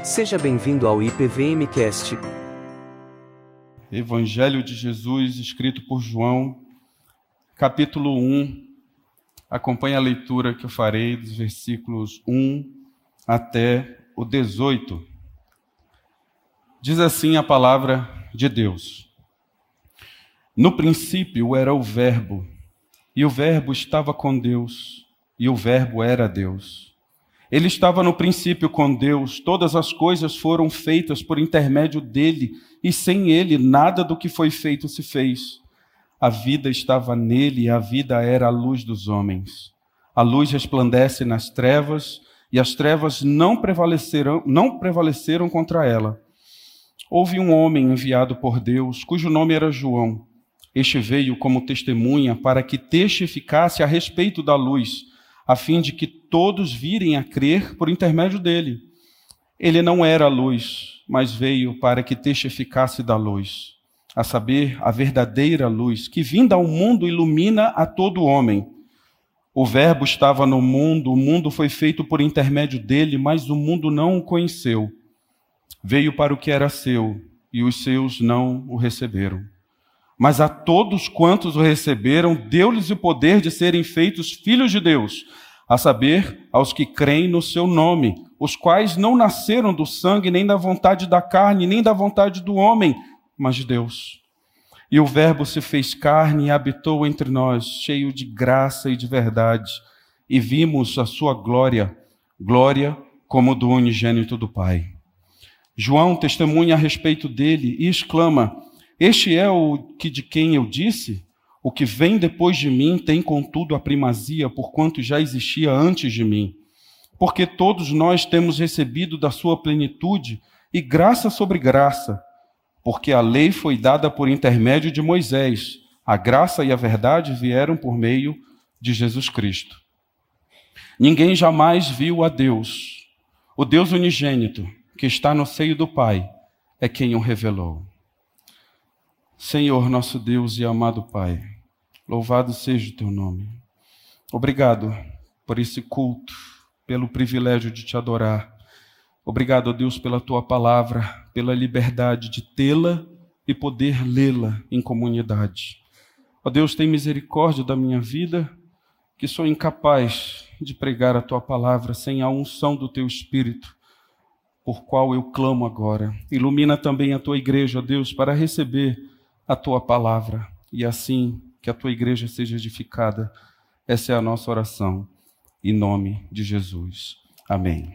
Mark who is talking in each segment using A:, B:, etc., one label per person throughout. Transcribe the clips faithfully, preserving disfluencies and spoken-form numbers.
A: Seja bem-vindo ao I P V M Cast.
B: Evangelho de Jesus, escrito por João, capítulo um. Acompanhe a leitura que eu farei dos versículos um até o dezoito. Diz assim a palavra de Deus: No princípio era o Verbo, e o Verbo estava com Deus, e o Verbo era Deus. Ele estava no princípio com Deus, todas as coisas foram feitas por intermédio dele, e sem ele nada do que foi feito se fez. A vida estava nele, e a vida era a luz dos homens. A luz resplandece nas trevas, e as trevas não prevaleceram, não prevaleceram contra ela. Houve um homem enviado por Deus, cujo nome era João. Este veio como testemunha para que testificasse a respeito da luz, a fim de que todos virem a crer por intermédio dele. Ele não era a luz, mas veio para que testificasse da luz, a saber, a verdadeira luz, que vinda ao mundo ilumina a todo homem. O Verbo estava no mundo, o mundo foi feito por intermédio dele, mas o mundo não o conheceu. Veio para o que era seu, e os seus não o receberam. Mas a todos quantos o receberam, deu-lhes o poder de serem feitos filhos de Deus, a saber, aos que creem no seu nome, os quais não nasceram do sangue, nem da vontade da carne, nem da vontade do homem, mas de Deus. E o Verbo se fez carne e habitou entre nós, cheio de graça e de verdade, e vimos a sua glória, glória como do unigênito do Pai. João testemunha a respeito dele e exclama: Este é o que de quem eu disse? O que vem depois de mim tem, contudo, a primazia, porquanto já existia antes de mim. Porque todos nós temos recebido da sua plenitude, e graça sobre graça. Porque a lei foi dada por intermédio de Moisés, a graça e a verdade vieram por meio de Jesus Cristo. Ninguém jamais viu a Deus. O Deus unigênito, que está no seio do Pai, é quem o revelou. Senhor, nosso Deus e amado Pai, louvado seja o teu nome. Obrigado por esse culto, pelo privilégio de te adorar. Obrigado, ó Deus, pela tua palavra, pela liberdade de tê-la e poder lê-la em comunidade. Ó Deus, tem misericórdia da minha vida, que sou incapaz de pregar a tua palavra sem a unção do teu Espírito, por qual eu clamo agora. Ilumina também a tua igreja, ó Deus, para receber a tua palavra, e assim que a tua igreja seja edificada. Essa é a nossa oração, em nome de Jesus. Amém.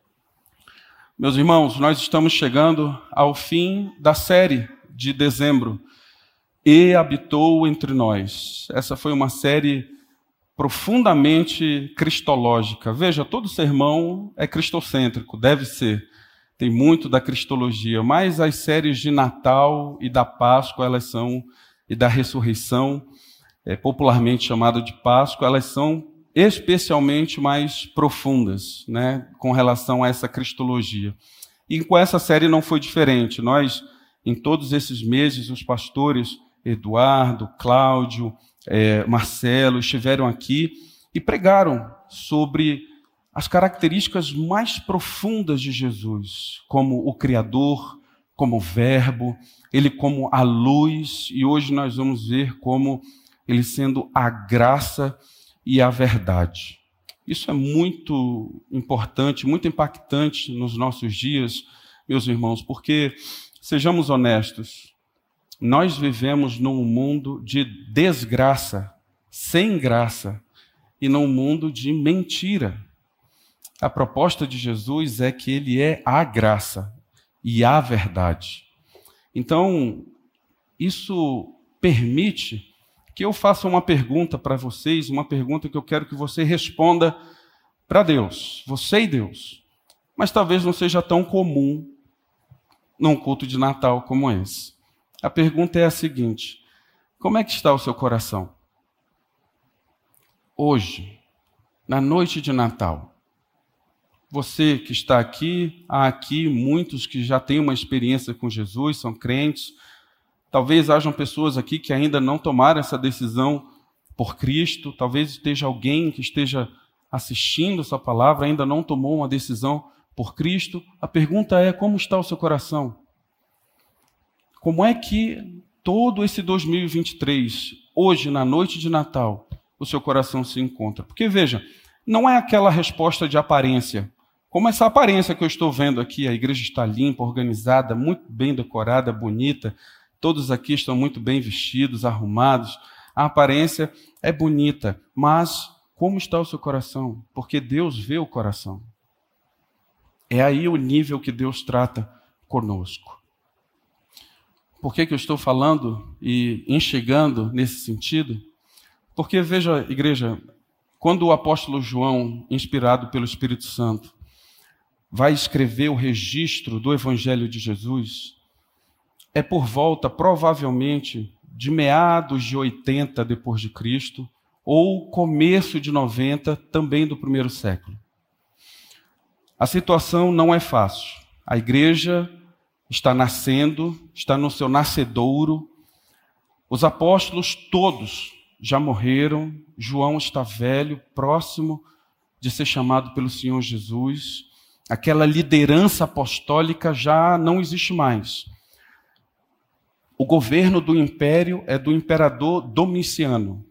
B: Meus irmãos, nós estamos chegando ao fim da série de dezembro, E Habitou Entre Nós. Essa foi uma série profundamente cristológica. Veja, todo sermão é cristocêntrico, deve ser. Tem muito da cristologia, mas as séries de Natal e da Páscoa, elas são, e da ressurreição, é, popularmente chamada de Páscoa, elas são especialmente mais profundas, né, com relação a essa cristologia. E com essa série não foi diferente. Nós, em todos esses meses, os pastores Eduardo, Cláudio, é, Marcelo estiveram aqui e pregaram sobre as características mais profundas de Jesus, como o Criador, como o Verbo, ele como a luz, e hoje nós vamos ver como ele sendo a graça e a verdade. Isso é muito importante, muito impactante nos nossos dias, meus irmãos, porque, sejamos honestos, nós vivemos num mundo de desgraça, sem graça, e num mundo de mentira. A proposta de Jesus é que ele é a graça e a verdade. Então, isso permite que eu faça uma pergunta para vocês, uma pergunta que eu quero que você responda para Deus, você e Deus. Mas talvez não seja tão comum num culto de Natal como esse. A pergunta é a seguinte: como é que está o seu coração? Hoje, na noite de Natal, você que está aqui, há aqui muitos que já têm uma experiência com Jesus, são crentes. Talvez hajam pessoas aqui que ainda não tomaram essa decisão por Cristo. Talvez esteja alguém que esteja assistindo essa palavra, ainda não tomou uma decisão por Cristo, a pergunta é: como está o seu coração? Como é que todo esse dois mil e vinte e três, hoje, na noite de Natal, o seu coração se encontra? Porque, veja, não é aquela resposta de aparência, como essa aparência que eu estou vendo aqui. A igreja está limpa, organizada, muito bem decorada, bonita, todos aqui estão muito bem vestidos, arrumados. A aparência é bonita, mas como está o seu coração? Porque Deus vê o coração. É aí o nível que Deus trata conosco. Por que que eu estou falando e enxergando nesse sentido? Porque, veja, igreja, quando o apóstolo João, inspirado pelo Espírito Santo, vai escrever o registro do Evangelho de Jesus, é por volta, provavelmente, de meados de oitenta depois de Cristo, ou começo de noventa, também do primeiro século. A situação não é fácil. A igreja está nascendo, está no seu nascedouro. Os apóstolos todos já morreram. João está velho, próximo de ser chamado pelo Senhor Jesus. Aquela liderança apostólica já não existe mais. O governo do império é do imperador Domiciano.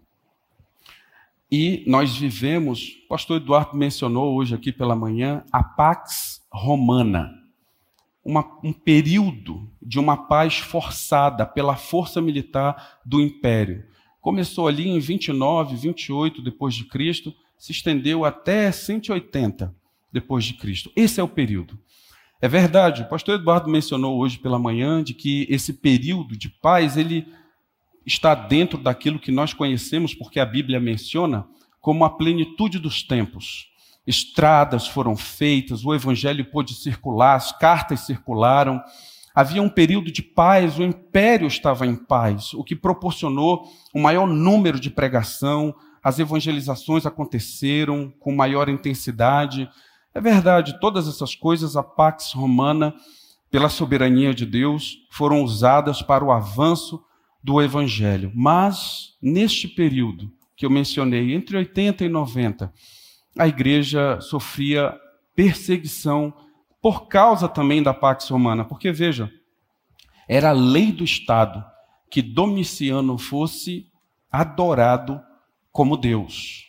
B: E nós vivemos, o pastor Eduardo mencionou hoje aqui pela manhã, a Pax Romana. Uma, um período de uma paz forçada pela força militar do império. Começou ali em vinte e nove, vinte e oito depois de Cristo, se estendeu até cento e oitenta depois de Cristo. Esse é o período. É verdade, o pastor Eduardo mencionou hoje pela manhã de que esse período de paz, ele está dentro daquilo que nós conhecemos, porque a Bíblia menciona, como a plenitude dos tempos. Estradas foram feitas, o evangelho pôde circular, as cartas circularam, havia um período de paz, o império estava em paz, o que proporcionou um maior número de pregação, as evangelizações aconteceram com maior intensidade. É verdade, todas essas coisas, a Pax Romana, pela soberania de Deus, foram usadas para o avanço do evangelho. Mas, neste período que eu mencionei, entre oitenta e noventa, a igreja sofria perseguição por causa também da Pax Romana. Porque, veja, era a lei do Estado que Domiciano fosse adorado como Deus.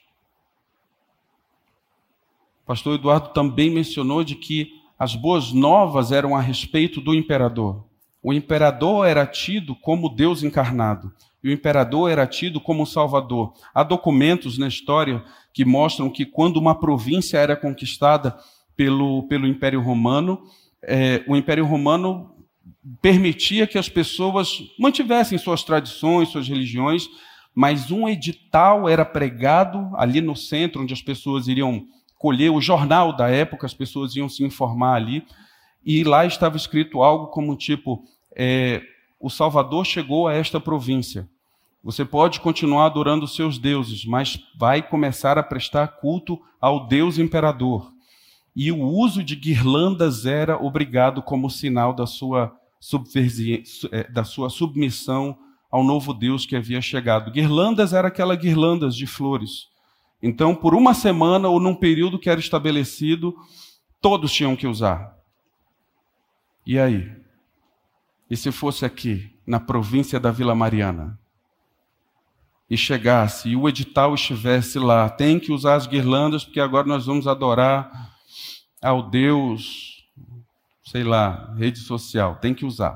B: O pastor Eduardo também mencionou de que as boas novas eram a respeito do imperador. O imperador era tido como Deus encarnado, e o imperador era tido como Salvador. Há documentos na história que mostram que quando uma província era conquistada pelo, pelo Império Romano, é, o Império Romano permitia que as pessoas mantivessem suas tradições, suas religiões, mas um edital era pregado ali no centro, onde as pessoas iriam colher o jornal da época, as pessoas iam se informar ali, e lá estava escrito algo como tipo, é, o Salvador chegou a esta província. Você pode continuar adorando os seus deuses, mas vai começar a prestar culto ao Deus imperador. E o uso de guirlandas era obrigado como sinal da sua, subversi... da sua submissão ao novo Deus que havia chegado. Guirlandas era aquelas guirlandas de flores. Então, por uma semana ou num período que era estabelecido, todos tinham que usar. E aí? E se fosse aqui, na província da Vila Mariana, e chegasse, e o edital estivesse lá, tem que usar as guirlandas, porque agora nós vamos adorar ao Deus, sei lá, rede social, tem que usar.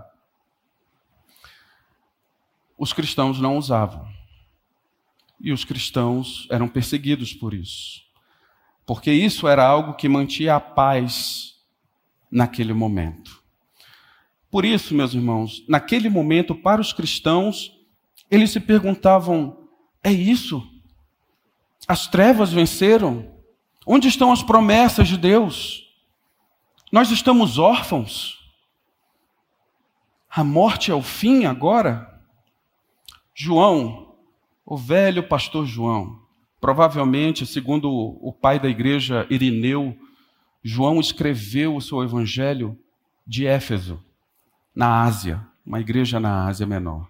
B: Os cristãos não usavam. E os cristãos eram perseguidos por isso. Porque isso era algo que mantinha a paz naquele momento. Por isso, meus irmãos, naquele momento, para os cristãos, eles se perguntavam, é isso? As trevas venceram? Onde estão as promessas de Deus? Nós estamos órfãos? A morte é o fim agora? João, o velho pastor João, provavelmente, segundo o pai da igreja Irineu, João escreveu o seu evangelho de Éfeso, na Ásia, uma igreja na Ásia Menor.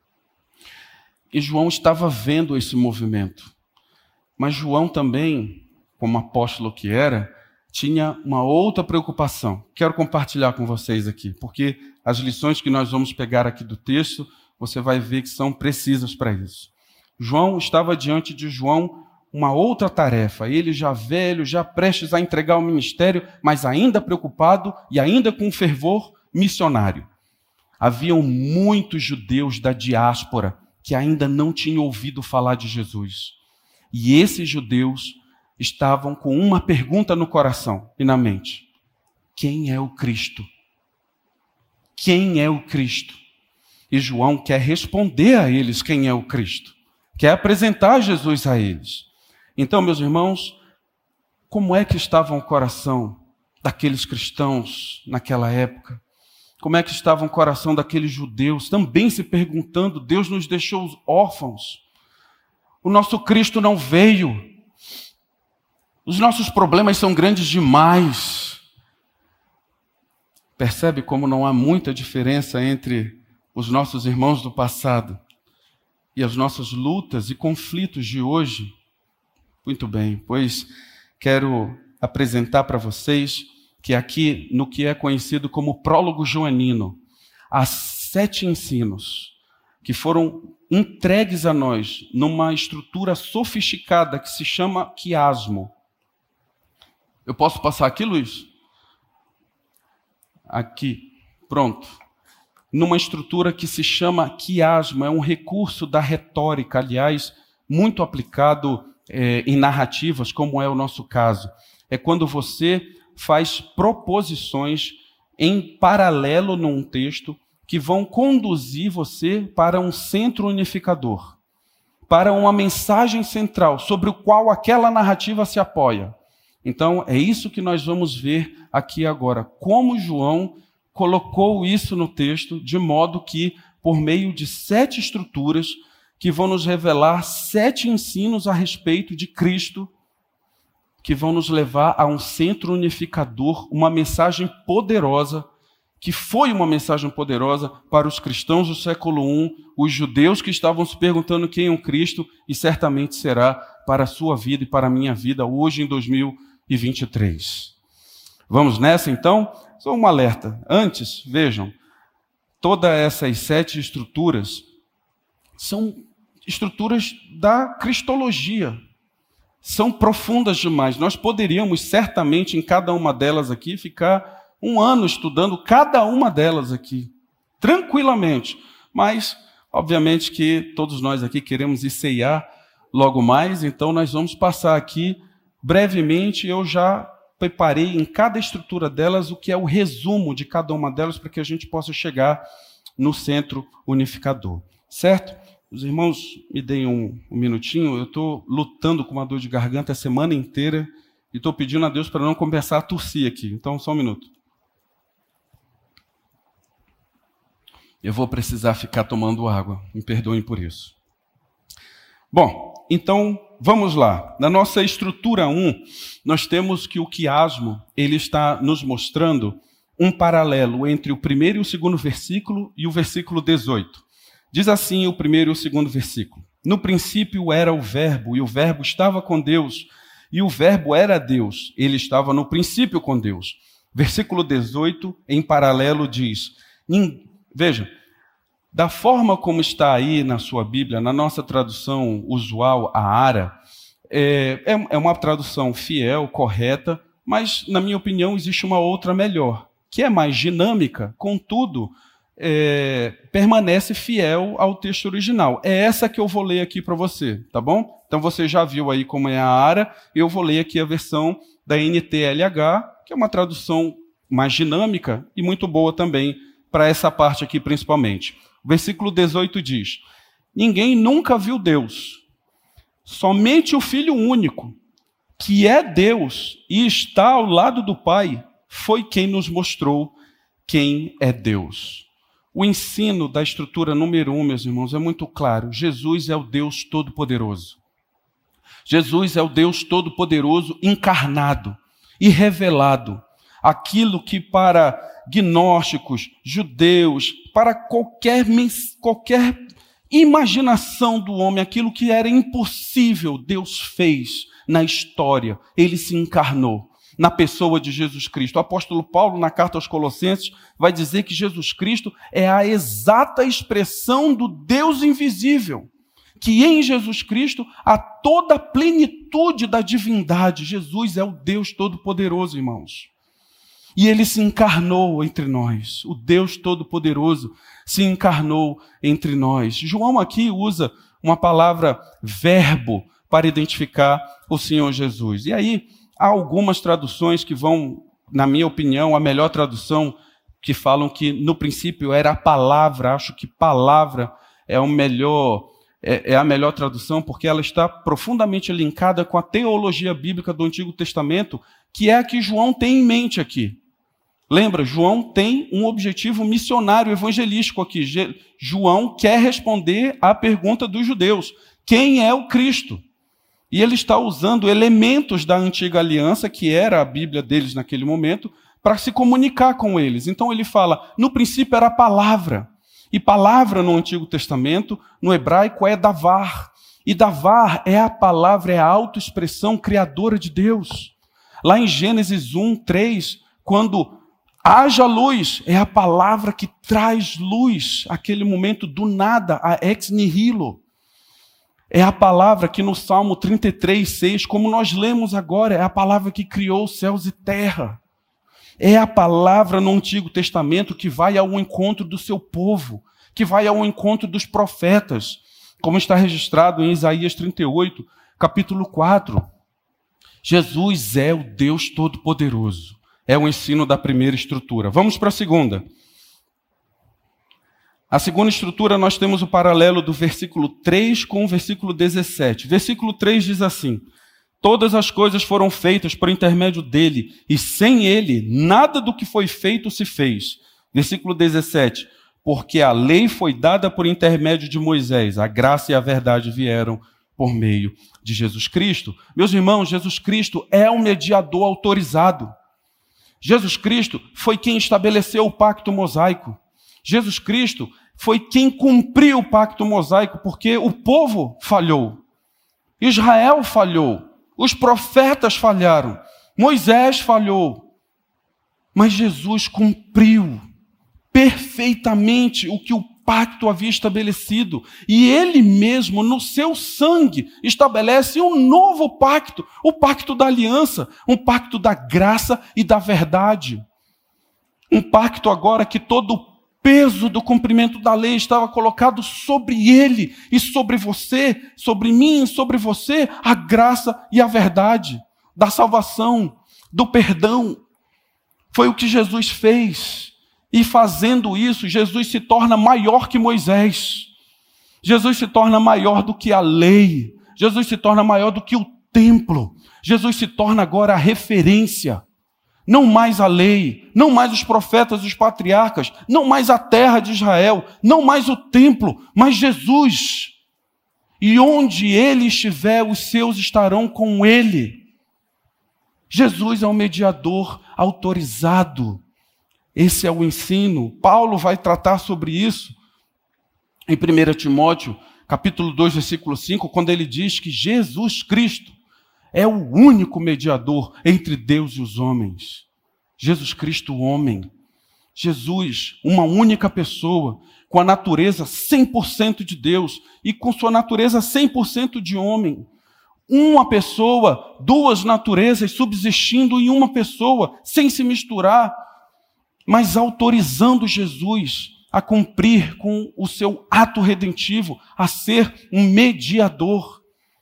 B: E João estava vendo esse movimento. Mas João também, como apóstolo que era, tinha uma outra preocupação. Quero compartilhar com vocês aqui, porque as lições que nós vamos pegar aqui do texto, você vai ver que são precisas para isso. João estava diante de João uma outra tarefa, ele já velho, já prestes a entregar o ministério, mas ainda preocupado e ainda com fervor missionário. Haviam muitos judeus da diáspora que ainda não tinham ouvido falar de Jesus. E esses judeus estavam com uma pergunta no coração e na mente: quem é o Cristo? Quem é o Cristo? E João quer responder a eles quem é o Cristo. Quer apresentar Jesus a eles. Então, meus irmãos, como é que estava o coração daqueles cristãos naquela época? Como é que estava o coração daqueles judeus, também se perguntando: Deus nos deixou órfãos, o nosso Cristo não veio, os nossos problemas são grandes demais. Percebe como não há muita diferença entre os nossos irmãos do passado e as nossas lutas e conflitos de hoje? Muito bem, pois quero apresentar para vocês que aqui, no que é conhecido como prólogo joanino, há sete ensinos que foram entregues a nós numa estrutura sofisticada que se chama quiasmo. Eu posso passar aqui, Luiz? Aqui, pronto. Numa estrutura que se chama quiasmo, é um recurso da retórica, aliás, muito aplicado é, em narrativas, como é o nosso caso. É quando você faz proposições em paralelo num texto que vão conduzir você para um centro unificador, para uma mensagem central sobre o qual aquela narrativa se apoia. Então, é isso que nós vamos ver aqui agora, como João colocou isso no texto, de modo que, por meio de sete estruturas, que vão nos revelar sete ensinos a respeito de Cristo, que vão nos levar a um centro unificador, uma mensagem poderosa, que foi uma mensagem poderosa para os cristãos do século I, os judeus que estavam se perguntando quem é o Cristo, e certamente será para a sua vida e para a minha vida, hoje em dois mil e vinte e três. Vamos nessa, então? Só um alerta. Antes, vejam, todas essas sete estruturas são estruturas da cristologia. São profundas demais. Nós poderíamos, certamente, em cada uma delas aqui, ficar um ano estudando cada uma delas aqui, tranquilamente. Mas, obviamente, que todos nós aqui queremos ir ceiar logo mais, então nós vamos passar aqui brevemente. Eu já preparei em cada estrutura delas o que é o resumo de cada uma delas, para que a gente possa chegar no centro unificador. Certo? Os irmãos me deem um, um minutinho. Eu estou lutando com uma dor de garganta a semana inteira e estou pedindo a Deus para não começar a tossir aqui. Então, só um minuto. Eu vou precisar ficar tomando água. Me perdoem por isso. Bom, então, vamos lá. Na nossa estrutura um, nós temos que o quiasmo, ele está nos mostrando um paralelo entre o primeiro e o segundo versículo e o versículo dezoito. Diz assim o primeiro e o segundo versículo: no princípio era o verbo, e o verbo estava com Deus, e o verbo era Deus. Ele estava no princípio com Deus. Versículo dezoito, em paralelo, diz... Veja, da forma como está aí na sua Bíblia, na nossa tradução usual, a Ara, é, é uma tradução fiel, correta, mas, na minha opinião, existe uma outra melhor, que é mais dinâmica, contudo, é, permanece fiel ao texto original. É essa que eu vou ler aqui para você, tá bom? Então, você já viu aí como é a Ara, eu vou ler aqui a versão da N T L H, que é uma tradução mais dinâmica e muito boa também para essa parte aqui, principalmente. O versículo dezoito diz: ninguém nunca viu Deus, somente o Filho único, que é Deus e está ao lado do Pai, foi quem nos mostrou quem é Deus. O ensino da estrutura número um, meus irmãos, é muito claro. Jesus é o Deus Todo-Poderoso. Jesus é o Deus Todo-Poderoso encarnado e revelado. Aquilo que para gnósticos, judeus, para qualquer, qualquer imaginação do homem, aquilo que era impossível, Deus fez na história. Ele se encarnou. na pessoa de Jesus Cristo. O apóstolo Paulo, na carta aos Colossenses, vai dizer que Jesus Cristo é a exata expressão do Deus invisível, que em Jesus Cristo há toda a plenitude da divindade. Jesus é o Deus Todo-Poderoso, irmãos. E ele se encarnou entre nós. O Deus Todo-Poderoso se encarnou entre nós. João aqui usa uma palavra verbo para identificar o Senhor Jesus. E aí, há algumas traduções que vão, na minha opinião, a melhor tradução, que falam que no princípio era a palavra. Acho que palavra é o melhor, é, é a melhor tradução, porque ela está profundamente linkada com a teologia bíblica do Antigo Testamento, que é a que João tem em mente aqui. Lembra, João tem um objetivo missionário, evangelístico aqui. João quer responder à pergunta dos judeus: quem é o Cristo? E ele está usando elementos da antiga aliança, que era a Bíblia deles naquele momento, para se comunicar com eles. Então ele fala, no princípio era a palavra. E palavra no Antigo Testamento, no hebraico, é davar. E davar é a palavra, é a autoexpressão criadora de Deus. Lá em Gênesis um, três, quando haja luz, é a palavra que traz luz, aquele momento do nada, a ex nihilo. É a palavra que no Salmo trinta e três, seis, como nós lemos agora, é a palavra que criou céus e terra. É a palavra no Antigo Testamento que vai ao encontro do seu povo, que vai ao encontro dos profetas, como está registrado em Isaías trinta e oito, capítulo quatro. Jesus é o Deus Todo-Poderoso. É o ensino da primeira estrutura. Vamos para a segunda. A segunda estrutura, nós temos o paralelo do versículo três com o versículo dezessete. Versículo três diz assim: todas as coisas foram feitas por intermédio dele, e sem ele, nada do que foi feito se fez. Versículo dezessete. Porque a lei foi dada por intermédio de Moisés, a graça e a verdade vieram por meio de Jesus Cristo. Meus irmãos, Jesus Cristo é o mediador autorizado. Jesus Cristo foi quem estabeleceu o pacto mosaico. Jesus Cristo foi quem cumpriu o pacto mosaico, porque o povo falhou. Israel falhou. Os profetas falharam. Moisés falhou. Mas Jesus cumpriu perfeitamente o que o pacto havia estabelecido. E ele mesmo, no seu sangue, estabelece um novo pacto, o pacto da aliança, um pacto da graça e da verdade. Um pacto agora que todo o peso do cumprimento da lei estava colocado sobre ele e sobre você, sobre mim e sobre você, a graça e a verdade da salvação, do perdão. Foi o que Jesus fez. E fazendo isso, Jesus se torna maior que Moisés. Jesus se torna maior do que a lei. Jesus se torna maior do que o templo. Jesus se torna agora a referência. Não mais a lei, não mais os profetas e os patriarcas, não mais a terra de Israel, não mais o templo, mas Jesus. E onde ele estiver, os seus estarão com ele. Jesus é o mediador autorizado. Esse é o ensino. Paulo vai tratar sobre isso em primeira Timóteo, capítulo dois, versículo cinco, quando ele diz que Jesus Cristo é o único mediador entre Deus e os homens. Jesus Cristo, o homem. Jesus, uma única pessoa, com a natureza cem por cento de Deus e com sua natureza cem por cento de homem. Uma pessoa, duas naturezas subsistindo em uma pessoa, sem se misturar, mas autorizando Jesus a cumprir com o seu ato redentivo, a ser um mediador.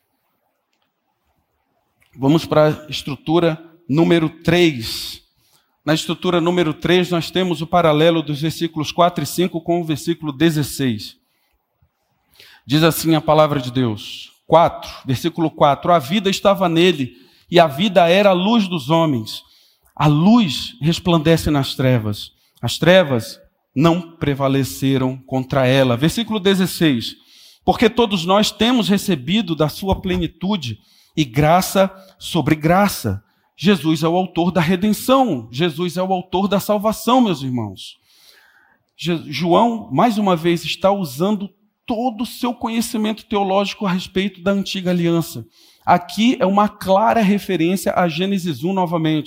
B: Vamos para a estrutura número três. Na estrutura número três, nós temos o paralelo dos versículos quatro e cinco com o versículo dezesseis. Diz assim a palavra de Deus. quatro, versículo quatro. A vida estava nele, e a vida era a luz dos homens. A luz resplandece nas trevas. As trevas não prevaleceram contra ela. Versículo dezesseis. Porque todos nós temos recebido da sua plenitude e graça sobre graça. Jesus é o autor da redenção. Jesus é o autor da salvação, meus irmãos. João, mais uma vez, está usando todo o seu conhecimento teológico a respeito da antiga aliança. Aqui é uma clara referência a Gênesis um novamente,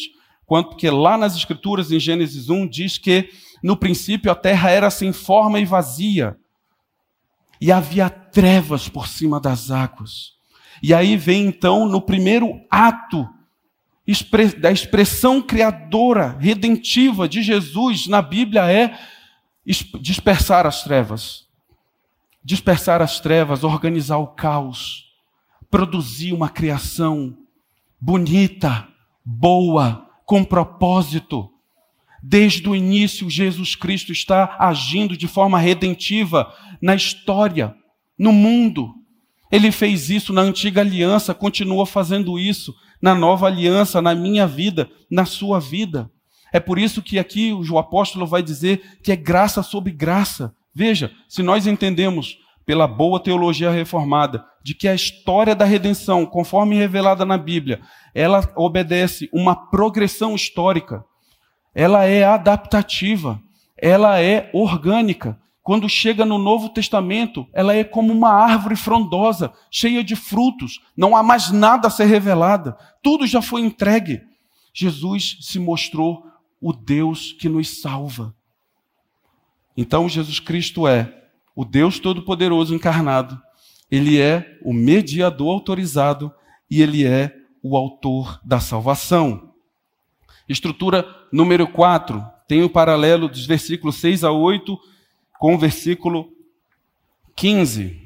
B: quanto que lá nas Escrituras, em Gênesis um, diz que no princípio a terra era sem forma e vazia, e havia trevas por cima das águas. E aí vem então, no primeiro ato da expressão criadora, redentiva de Jesus na Bíblia, é dispersar as trevas. Dispersar as trevas, organizar o caos, produzir uma criação bonita, boa, com propósito. Desde o início, Jesus Cristo está agindo de forma redentiva na história, no mundo. Ele fez isso na antiga aliança, continua fazendo isso na nova aliança, na minha vida, na sua vida. É por isso que aqui o apóstolo vai dizer que é graça sobre graça. Veja, se nós entendemos pela boa teologia reformada de que a história da redenção, conforme revelada na Bíblia, ela obedece uma progressão histórica, ela é adaptativa, ela é orgânica. Quando chega no Novo Testamento, ela é como uma árvore frondosa, cheia de frutos, não há mais nada a ser revelado, tudo já foi entregue. Jesus se mostrou o Deus que nos salva. Então Jesus Cristo é o Deus Todo-Poderoso encarnado, ele é o mediador autorizado e ele é o autor da salvação. Estrutura número quatro, tem o paralelo dos versículos seis a oito com o versículo quinze.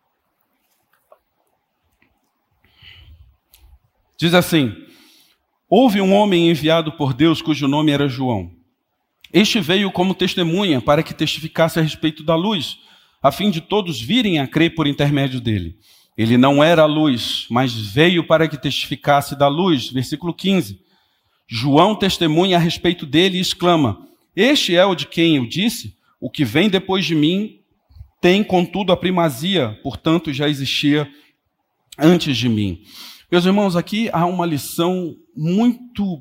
B: Diz assim: houve um homem enviado por Deus cujo nome era João. Este veio como testemunha para que testificasse a respeito da luz, a fim de todos virem a crer por intermédio dele. Ele não era a luz, mas veio para que testificasse da luz. Versículo quinze. João testemunha a respeito dele e exclama: este é o de quem eu disse, o que vem depois de mim tem, contudo, a primazia, portanto, já existia antes de mim. Meus irmãos, aqui há uma lição muito,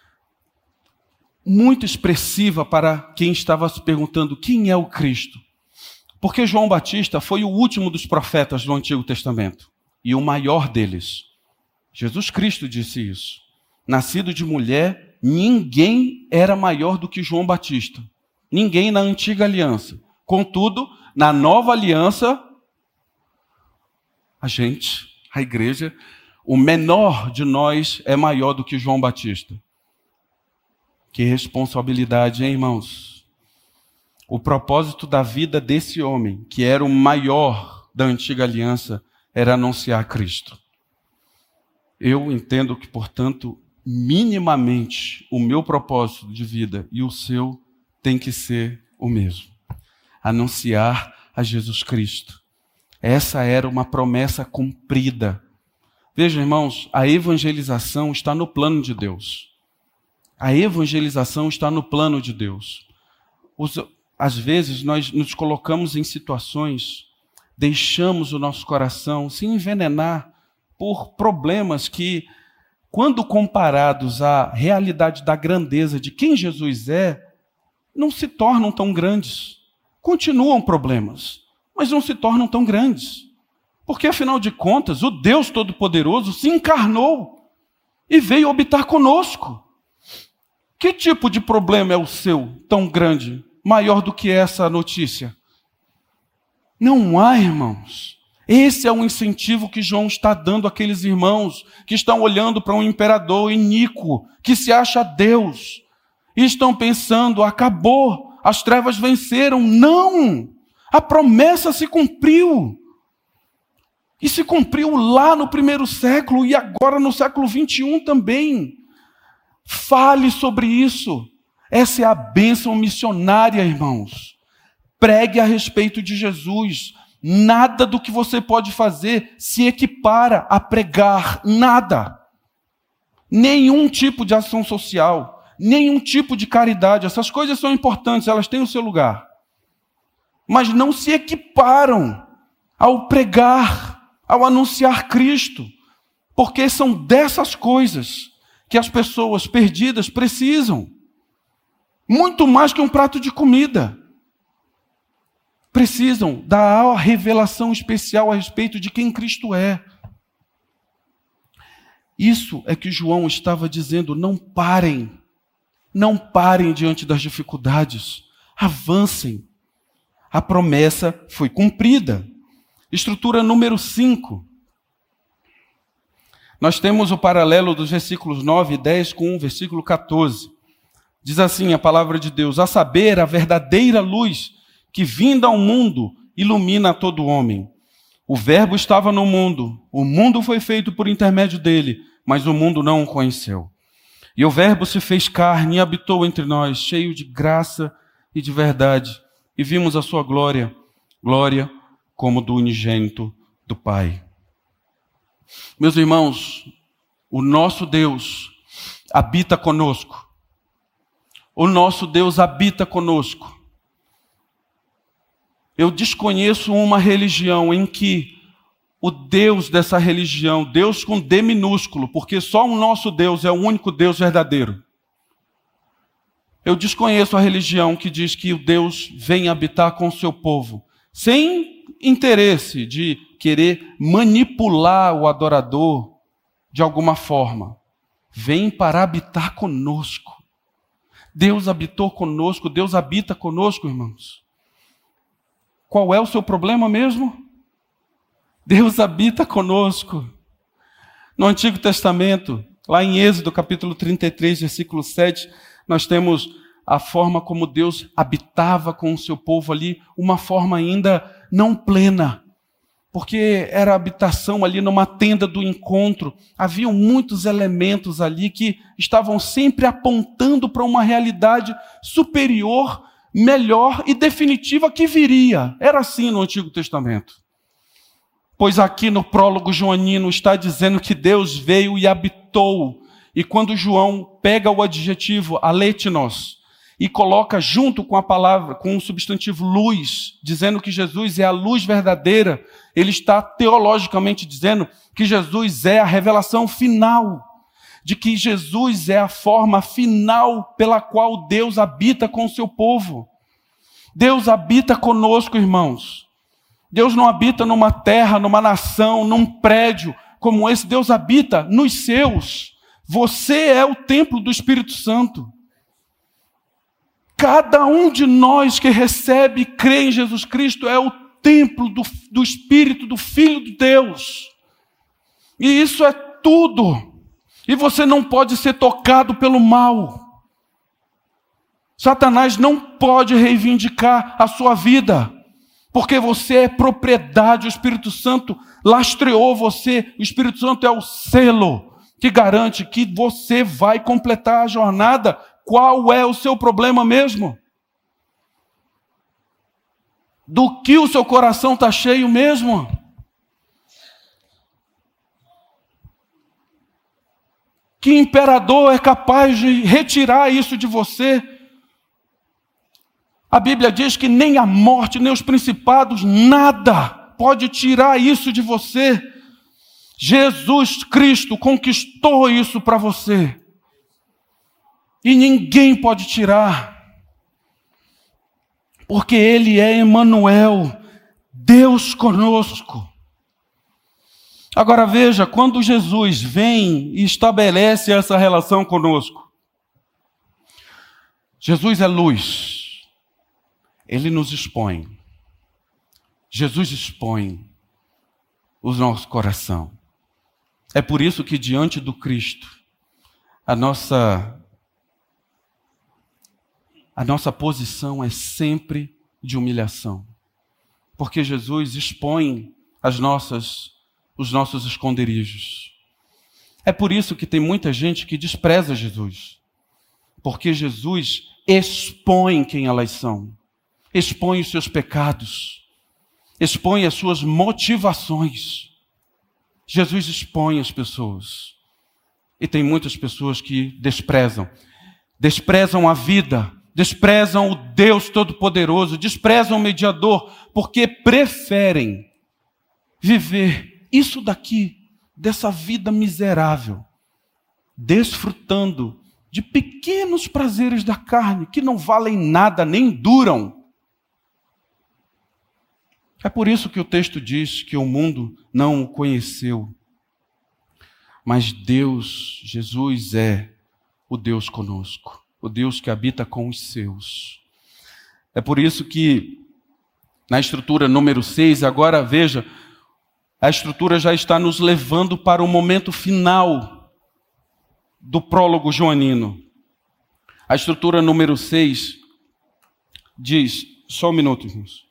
B: muito expressiva para quem estava se perguntando quem é o Cristo. Porque João Batista foi o último dos profetas do Antigo Testamento e o maior deles. Jesus Cristo disse isso. Nascido de mulher, ninguém era maior do que João Batista. Ninguém na antiga aliança. Contudo, na nova aliança, a gente, a igreja, o menor de nós é maior do que João Batista. Que responsabilidade, hein, irmãos? O propósito da vida desse homem, que era o maior da antiga aliança, era anunciar Cristo. Eu entendo que, portanto, minimamente, o meu propósito de vida e o seu tem que ser o mesmo. Anunciar a Jesus Cristo. Essa era uma promessa cumprida. Veja, irmãos, a evangelização está no plano de Deus. A evangelização está no plano de Deus. Os, às vezes, nós nos colocamos em situações, deixamos o nosso coração se envenenar por problemas que, quando comparados à realidade da grandeza de quem Jesus é, não se tornam tão grandes. Continuam problemas, mas não se tornam tão grandes. Porque, afinal de contas, o Deus Todo-Poderoso se encarnou e veio habitar conosco. Que tipo de problema é o seu tão grande, maior do que essa notícia? Não há, irmãos. Esse é o incentivo que João está dando àqueles irmãos que estão olhando para um imperador iníquo, que se acha Deus, e estão pensando, acabou, as trevas venceram. Não! A promessa se cumpriu. E se cumpriu lá no primeiro século e agora no século vinte e um também. Fale sobre isso. Essa é a bênção missionária, irmãos. Pregue a respeito de Jesus. Nada do que você pode fazer se equipara a pregar. Nada. Nenhum tipo de ação social. Nenhum tipo de caridade. Essas coisas são importantes, elas têm o seu lugar. Mas não se equiparam ao pregar, ao anunciar Cristo. Porque são dessas coisas que as pessoas perdidas precisam. Muito mais que um prato de comida. Precisam da revelação especial a respeito de quem Cristo é. Isso é que João estava dizendo, não parem, Não parem diante das dificuldades. Avancem. A promessa foi cumprida. Estrutura número cinco. Nós temos o paralelo dos versículos nove e dez com o versículo catorze. Diz assim a palavra de Deus: a saber, a verdadeira luz que vinda ao mundo ilumina todo homem. O Verbo estava no mundo, o mundo foi feito por intermédio dele, mas o mundo não o conheceu. E o Verbo se fez carne e habitou entre nós, cheio de graça e de verdade, e vimos a sua glória, glória como do unigênito do Pai. Meus irmãos, o nosso Deus habita conosco. O nosso Deus habita conosco. Eu desconheço uma religião em que o Deus dessa religião, Deus com D minúsculo, porque só o nosso Deus é o único Deus verdadeiro. Eu desconheço a religião que diz que o Deus vem habitar com o seu povo, sem interesse de querer manipular o adorador de alguma forma. Vem para habitar conosco. Deus habitou conosco, Deus habita conosco, irmãos. Qual é o seu problema mesmo? Deus habita conosco. No Antigo Testamento, lá em Êxodo capítulo trinta e três, versículo sete, nós temos a forma como Deus habitava com o seu povo ali, uma forma ainda não plena, porque era habitação ali numa tenda do encontro. Haviam muitos elementos ali que estavam sempre apontando para uma realidade superior, melhor e definitiva que viria. Era assim no Antigo Testamento. Pois aqui no prólogo joanino está dizendo que Deus veio e habitou. E quando João pega o adjetivo aletnos e coloca junto com a palavra, com o substantivo luz, dizendo que Jesus é a luz verdadeira, ele está teologicamente dizendo que Jesus é a revelação final, de que Jesus é a forma final pela qual Deus habita com o seu povo. Deus habita conosco, irmãos. Deus não habita numa terra, numa nação, num prédio como esse. Deus habita nos seus. Você é o templo do Espírito Santo. Cada um de nós que recebe e crê em Jesus Cristo é o templo do, do Espírito, do Filho de Deus. E isso é tudo. E você não pode ser tocado pelo mal. Satanás não pode reivindicar a sua vida, porque você é propriedade, o Espírito Santo lastreou você, o Espírito Santo é o selo que garante que você vai completar a jornada. Qual é o seu problema mesmo? Do que o seu coração está cheio mesmo? Que imperador é capaz de retirar isso de você? A Bíblia diz que nem a morte, nem os principados, nada pode tirar isso de você. Jesus Cristo conquistou isso para você. E ninguém pode tirar. Porque Ele é Emanuel, Deus conosco. Agora veja, quando Jesus vem e estabelece essa relação conosco, Jesus é luz. Ele nos expõe. Jesus expõe o nosso coração. É por isso que diante do Cristo, a nossa, a nossa posição é sempre de humilhação. Porque Jesus expõe as nossas, os nossos esconderijos. É por isso que tem muita gente que despreza Jesus. Porque Jesus expõe quem elas são. Expõe os seus pecados, expõe as suas motivações. Jesus expõe as pessoas. E tem muitas pessoas que desprezam. Desprezam a vida, desprezam o Deus Todo-Poderoso, desprezam o mediador, porque preferem viver isso daqui, dessa vida miserável, desfrutando de pequenos prazeres da carne, que não valem nada, nem duram. É por isso que o texto diz que o mundo não o conheceu. Mas Deus, Jesus é o Deus conosco. o Deus que habita com os seus. É por isso que, na estrutura número seis, agora veja, a estrutura já está nos levando para o momento final do prólogo joanino. A estrutura número seis diz, só um minuto, irmãos.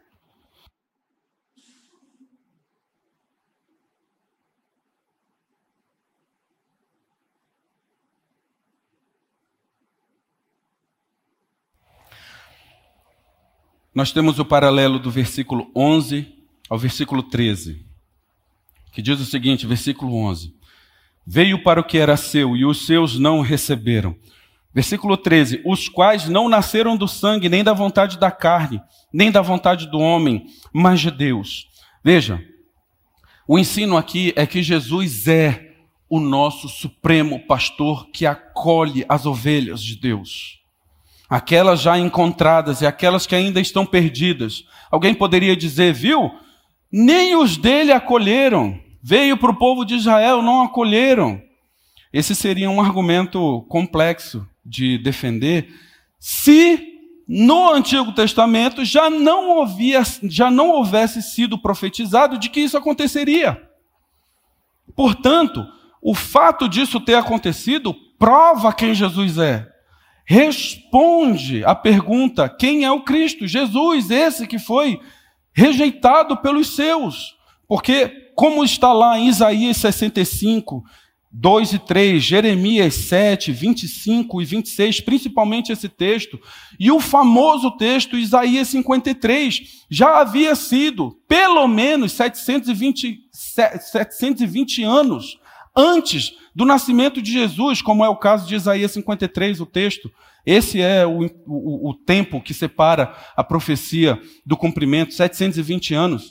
B: Nós temos o paralelo do versículo onze ao versículo treze, que diz o seguinte, versículo onze. Veio para o que era seu, e os seus não o receberam. Versículo treze. Os quais não nasceram do sangue, nem da vontade da carne, nem da vontade do homem, mas de Deus. Veja, o ensino aqui é que Jesus é o nosso supremo pastor que acolhe as ovelhas de Deus. Aquelas já encontradas e aquelas que ainda estão perdidas. Alguém poderia dizer, viu? Nem os dele acolheram. Veio para o povo de Israel, não acolheram. Esse seria um argumento complexo de defender se no Antigo Testamento já não, havia, já não houvesse sido profetizado de que isso aconteceria. Portanto, o fato disso ter acontecido prova quem Jesus é. Responde à pergunta, quem é o Cristo? Jesus, esse que foi rejeitado pelos seus. Porque, como está lá em Isaías sessenta e cinco, dois e três, Jeremias sete, vinte e cinco e vinte e seis, principalmente esse texto, e o famoso texto Isaías cinquenta e três, já havia sido pelo menos setecentos e vinte, setecentos e vinte anos antes do nascimento de Jesus, como é o caso de Isaías cinquenta e três, o texto. Esse é o, o, o tempo que separa a profecia do cumprimento, setecentos e vinte anos.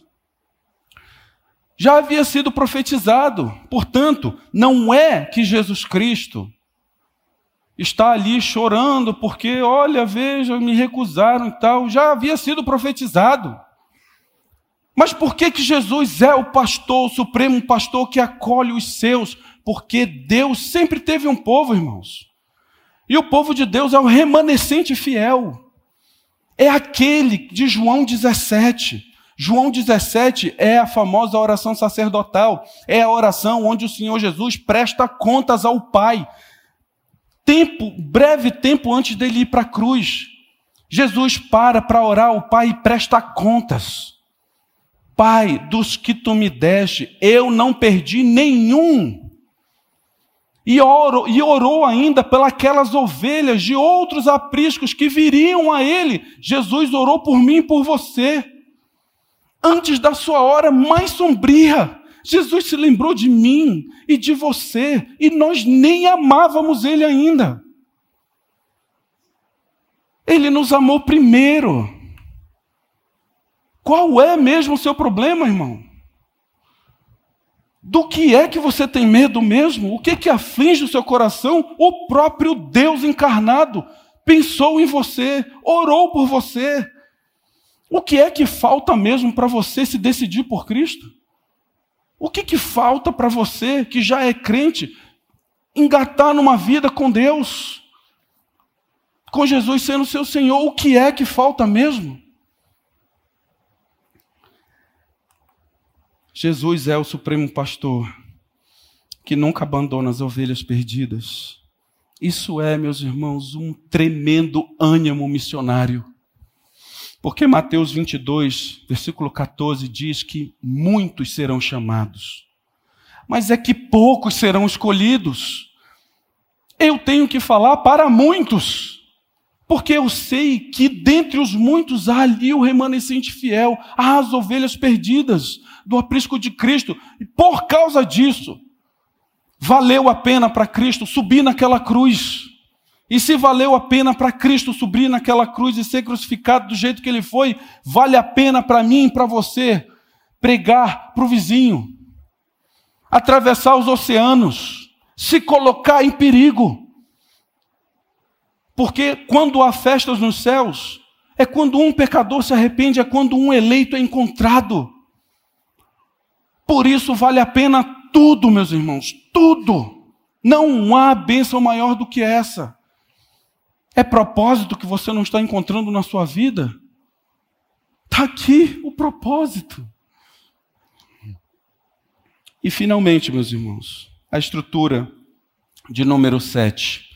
B: Já havia sido profetizado. Portanto, não é que Jesus Cristo está ali chorando porque, olha, veja, me recusaram e tal. Já havia sido profetizado. Mas por que que Jesus é o pastor, o supremo pastor que acolhe os seus? Porque Deus sempre teve um povo, irmãos. E o povo de Deus é o remanescente fiel. É aquele de João dezessete. João dezessete é a famosa oração sacerdotal. É a oração onde o Senhor Jesus presta contas ao Pai. Tempo, breve tempo antes dele ir para a cruz. Jesus para para orar ao Pai e presta contas. Pai, dos que tu me deste, eu não perdi nenhum. E orou, e orou ainda pelas ovelhas de outros apriscos que viriam a ele. Jesus orou por mim e por você. Antes da sua hora mais sombria, Jesus se lembrou de mim e de você, e nós nem amávamos ele ainda. Ele nos amou primeiro. Qual é mesmo o seu problema, irmão? Do que é que você tem medo mesmo? O que é que aflige o seu coração? O próprio Deus encarnado pensou em você, orou por você. O que é que falta mesmo para você se decidir por Cristo? O que que falta para você, que já é crente, engatar numa vida com Deus? Com Jesus sendo seu Senhor, o que é que falta mesmo? Jesus é o supremo pastor que nunca abandona as ovelhas perdidas. Isso é, meus irmãos, um tremendo ânimo missionário. Porque Mateus vinte e dois, versículo catorze, diz que muitos serão chamados, mas é que poucos serão escolhidos. Eu tenho que falar para muitos, porque eu sei que dentre os muitos há ali o remanescente fiel, há as ovelhas perdidas do aprisco de Cristo. E por causa disso, valeu a pena para Cristo subir naquela cruz. E se valeu a pena para Cristo subir naquela cruz e ser crucificado do jeito que ele foi, vale a pena para mim e para você pregar para o vizinho, atravessar os oceanos, se colocar em perigo. Porque quando há festas nos céus, é quando um pecador se arrepende, é quando um eleito é encontrado. Por isso vale a pena tudo, meus irmãos, tudo. Não há bênção maior do que essa. É propósito que você não está encontrando na sua vida? Está aqui o propósito. E finalmente, meus irmãos, a estrutura de número sete.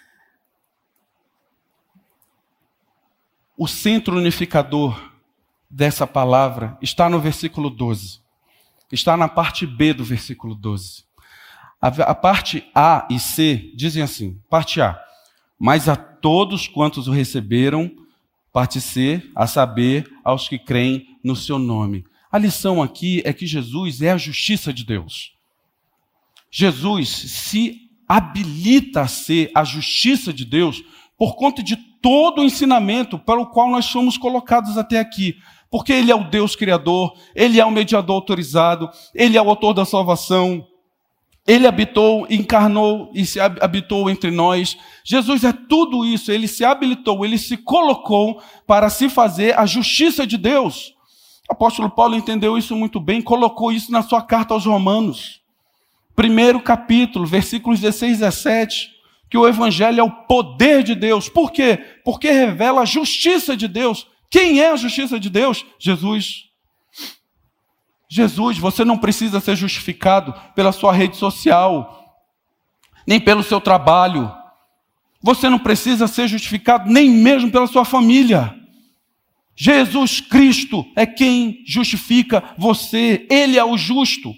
B: O centro unificador dessa palavra está no versículo doze. Está na parte B do versículo doze. A, a parte A e C dizem assim, parte A, mas a todos quantos o receberam, parte C, a saber, aos que creem no seu nome. A lição aqui é que Jesus é a justiça de Deus. Jesus se habilita a ser a justiça de Deus por conta de todo o ensinamento para o qual nós somos colocados até aqui. Porque Ele é o Deus Criador, Ele é o mediador autorizado, Ele é o autor da salvação, Ele habitou, encarnou e se habitou entre nós. Jesus é tudo isso, Ele se habilitou, Ele se colocou para se fazer a justiça de Deus. O apóstolo Paulo entendeu isso muito bem, colocou isso na sua carta aos Romanos. Primeiro capítulo, versículos dezesseis e dezessete, que o evangelho é o poder de Deus. Por quê? Porque revela a justiça de Deus. Quem é a justiça de Deus? Jesus. Jesus, você não precisa ser justificado pela sua rede social, nem pelo seu trabalho. Você não precisa ser justificado nem mesmo pela sua família. Jesus Cristo é quem justifica você. Ele é o justo.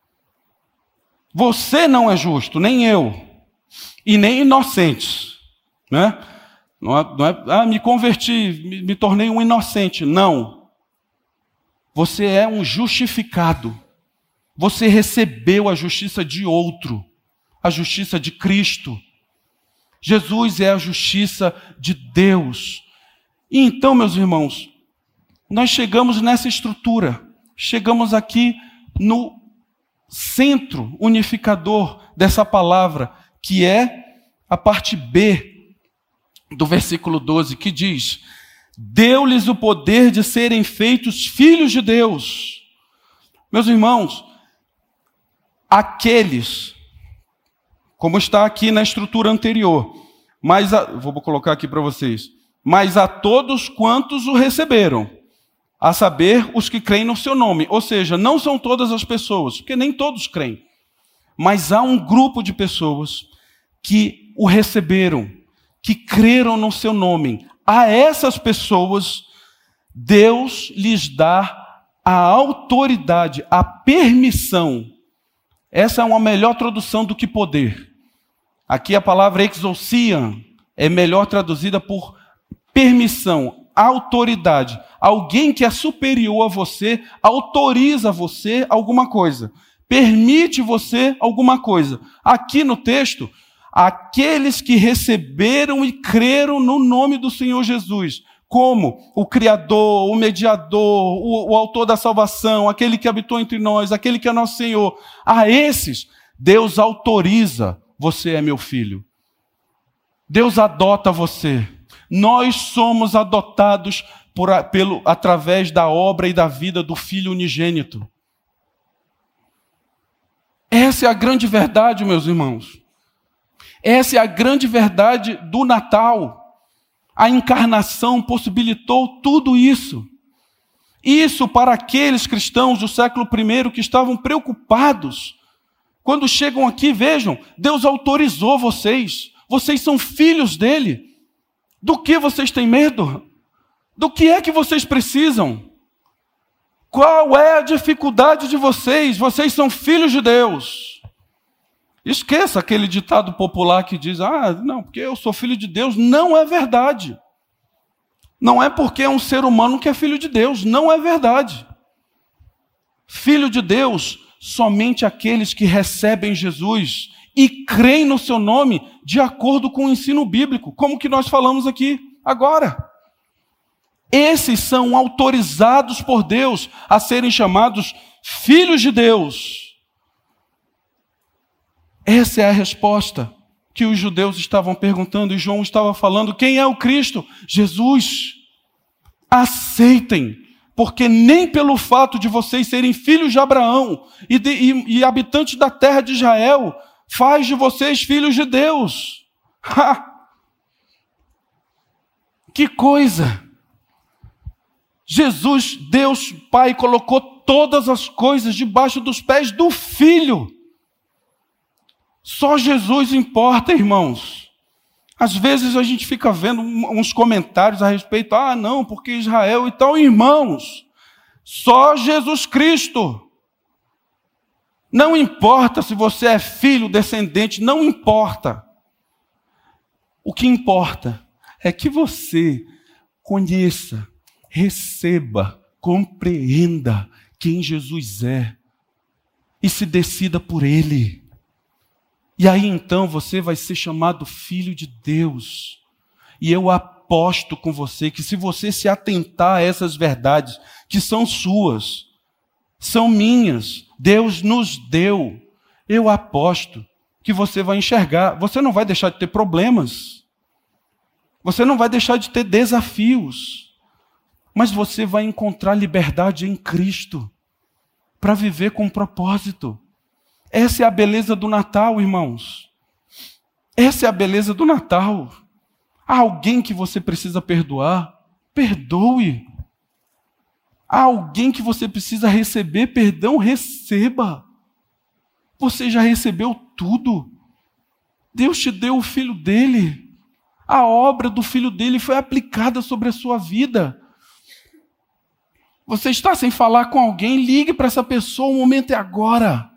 B: Você não é justo, nem eu, e nem inocentes, né? Não é, não é ah, me converti, me, me tornei um inocente. Não. Você é um justificado. Você recebeu a justiça de outro, a justiça de Cristo. Jesus é a justiça de Deus. E então, meus irmãos, nós chegamos nessa estrutura, chegamos aqui no centro unificador dessa palavra, que é a parte B do versículo doze, que diz: deu-lhes o poder de serem feitos filhos de Deus. Meus irmãos, aqueles, como está aqui na estrutura anterior, mas a, vou colocar aqui para vocês, mas a todos quantos o receberam, a saber, os que creem no seu nome. Ou seja, não são todas as pessoas, porque nem todos creem, mas há um grupo de pessoas que o receberam, que creram no seu nome. A essas pessoas, Deus lhes dá a autoridade, a permissão. Essa é uma melhor tradução do que poder. Aqui a palavra exousian é melhor traduzida por permissão, autoridade. Alguém que é superior a você autoriza você alguma coisa, permite você alguma coisa. Aqui no texto, aqueles que receberam e creram no nome do Senhor Jesus, como o Criador, o Mediador, o, o Autor da salvação, aquele que habitou entre nós, aquele que é nosso Senhor, a esses, Deus autoriza: você é meu filho. Deus adota você. Nós somos adotados por, pelo, através da obra e da vida do Filho unigênito. Essa é a grande verdade, meus irmãos. Essa é a grande verdade do Natal. A encarnação possibilitou tudo isso. Isso para aqueles cristãos do século primeiro que estavam preocupados. Quando chegam aqui, vejam, Deus autorizou vocês. Vocês são filhos dele. Do que vocês têm medo? Do que é que vocês precisam? Qual é a dificuldade de vocês? Vocês são filhos de Deus. Esqueça aquele ditado popular que diz: ah, não, porque eu sou filho de Deus. Não é verdade. Não é porque é um ser humano que é filho de Deus. Não é verdade. Filho de Deus, somente aqueles que recebem Jesus e creem no seu nome de acordo com o ensino bíblico, como que nós falamos aqui agora. Esses são autorizados por Deus a serem chamados filhos de Deus. Essa é a resposta que os judeus estavam perguntando, e João estava falando: quem é o Cristo? Jesus. Aceitem, porque nem pelo fato de vocês serem filhos de Abraão e, de, e, e habitantes da terra de Israel, faz de vocês filhos de Deus. Ha! Que coisa! Jesus, Deus Pai, colocou todas as coisas debaixo dos pés do Filho. Só Jesus importa, irmãos. Às vezes a gente fica vendo uns comentários a respeito, ah, não, porque Israel e tal, irmãos. Só Jesus Cristo. Não importa se você é filho, descendente, não importa. O que importa é que você conheça, receba, compreenda quem Jesus é e se decida por Ele. E aí então você vai ser chamado filho de Deus. E eu aposto com você que se você se atentar a essas verdades que são suas, são minhas, Deus nos deu, eu aposto que você vai enxergar, você não vai deixar de ter problemas, você não vai deixar de ter desafios, mas você vai encontrar liberdade em Cristo para viver com propósito. Essa é a beleza do Natal, irmãos. Essa é a beleza do Natal. Há alguém que você precisa perdoar? Perdoe. Há alguém que você precisa receber perdão? Receba. Você já recebeu tudo. Deus te deu o Filho dele. A obra do Filho dele foi aplicada sobre a sua vida. Você está sem falar com alguém? Ligue para essa pessoa, o momento é agora.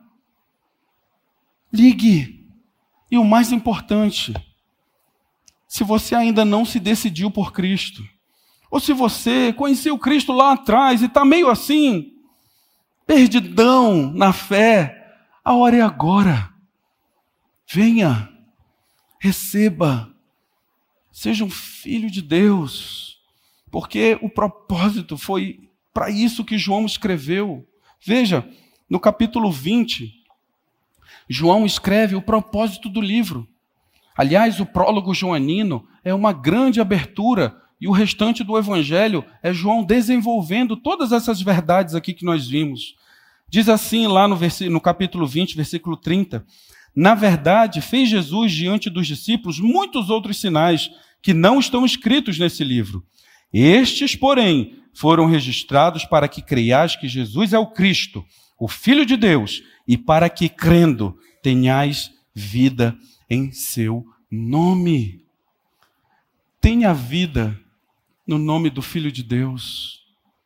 B: Ligue. E o mais importante, se você ainda não se decidiu por Cristo, ou se você conheceu Cristo lá atrás e está meio assim, perdidão na fé, a hora é agora. Venha, receba, seja um filho de Deus, porque o propósito foi para isso que João escreveu. Veja, no capítulo vinte, João escreve o propósito do livro. Aliás, o prólogo joanino é uma grande abertura e o restante do evangelho é João desenvolvendo todas essas verdades aqui que nós vimos. Diz assim lá no, vers... no capítulo vinte, versículo trinta, na verdade, fez Jesus diante dos discípulos muitos outros sinais que não estão escritos nesse livro. Estes, porém, foram registrados para que creiais que Jesus é o Cristo, o Filho de Deus, e para que, crendo, tenhais vida em seu nome. Tenha vida no nome do Filho de Deus.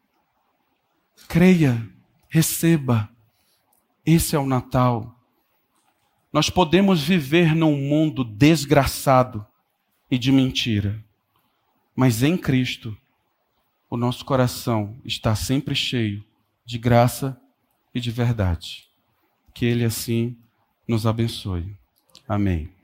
B: Creia, receba. Esse é o Natal. Nós podemos viver num mundo desgraçado e de mentira, mas em Cristo, o nosso coração está sempre cheio de graça e de verdade. Que Ele assim nos abençoe. Amém.